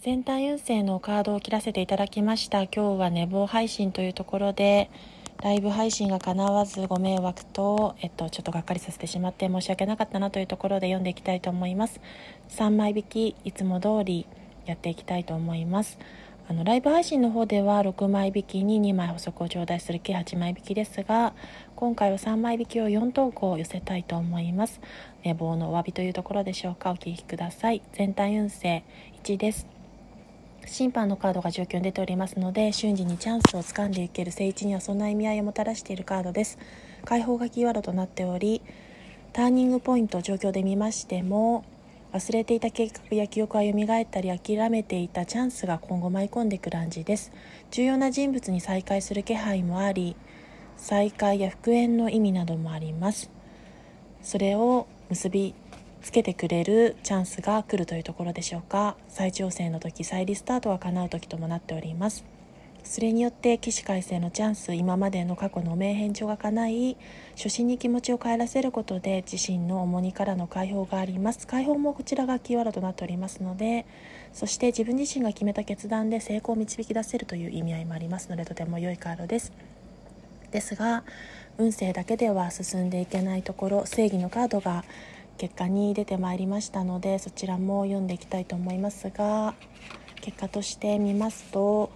全体運勢のカードを切らせていただきました。今日は寝坊配信というところでライブ配信が叶わずご迷惑と、ちょっとがっかりさせてしまって申し訳なかったなというところで読んでいきたいと思います。3枚引きいつも通りやっていきたいと思います。ライブ配信の方では6枚引きに2枚補足を頂戴する計8枚引きですが、今回は3枚引きを4投稿寄せたいと思います。寝坊のお詫びというところでしょうか。お聞きください。全体運勢1です。審判のカードが状況に出ておりますので、瞬時にチャンスを掴んでいける聖一にはそんな意味合いをもたらしているカードです。解放がキーワードとなっており、ターニングポイント状況で見ましても、忘れていた計画や記憶が蘇ったり諦めていたチャンスが今後舞い込んでくる感じです。重要な人物に再会する気配もあり、再会や復縁の意味などもあります。それを結びつけてくれるチャンスが来るというところでしょうか。再挑戦の時、再リスタートが叶う時ともなっております。それによって起死回生のチャンス、今までの過去の汚名返上が叶い、初心に気持ちを帰らせることで自身の重荷からの解放があります。解放もこちらがキーワードとなっておりますので、そして自分自身が決めた決断で成功を導き出せるという意味合いもありますので、とても良いカードです。ですが、運勢だけでは進んでいけないところ、正義のカードが結果に出てまいりましたので、そちらも読んでいきたいと思いますが、結果として見ますと、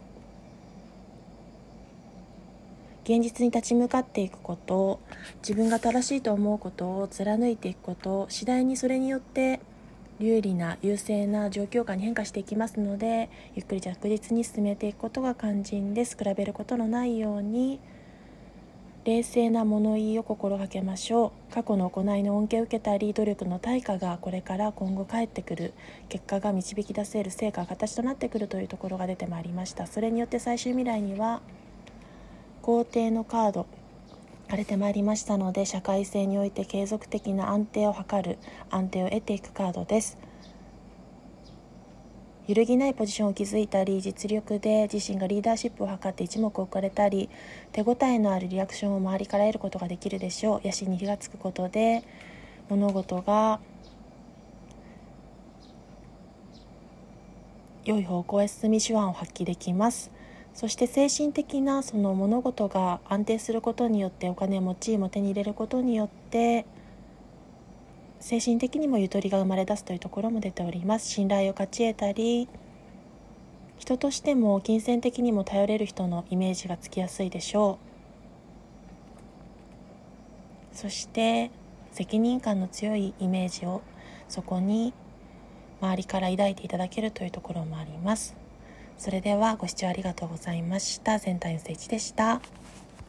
現実に立ち向かっていくこと、自分が正しいと思うことを貫いていくこと、次第にそれによって有利な優勢な状況下に変化していきますので、ゆっくり着実に進めていくことが肝心です。比べることのないように冷静な物言いを心がけましょう。過去の行いの恩恵を受けたり、努力の対価がこれから今後返ってくる、結果が導き出せる成果が形となってくるというところが出てまいりました。それによって最終未来には皇帝のカードが出てまいりましたので、社会性において継続的な安定を図る、安定を得ていくカードです。揺るぎないポジションを築いたり、実力で自身がリーダーシップを図って一目置かれたり、手応えのあるリアクションを周りから得ることができるでしょう。野心に火がつくことで物事が良い方向へ進み手腕を発揮できます。そして精神的なその物事が安定することによって、お金も地位も手に入れることによって精神的にもゆとりが生まれ出すというところも出ております。信頼を勝ち得たり、人としても金銭的にも頼れる人のイメージがつきやすいでしょう。そして責任感の強いイメージをそこに周りから抱いていただけるというところもあります。それではご視聴ありがとうございました。全体運勢1でした。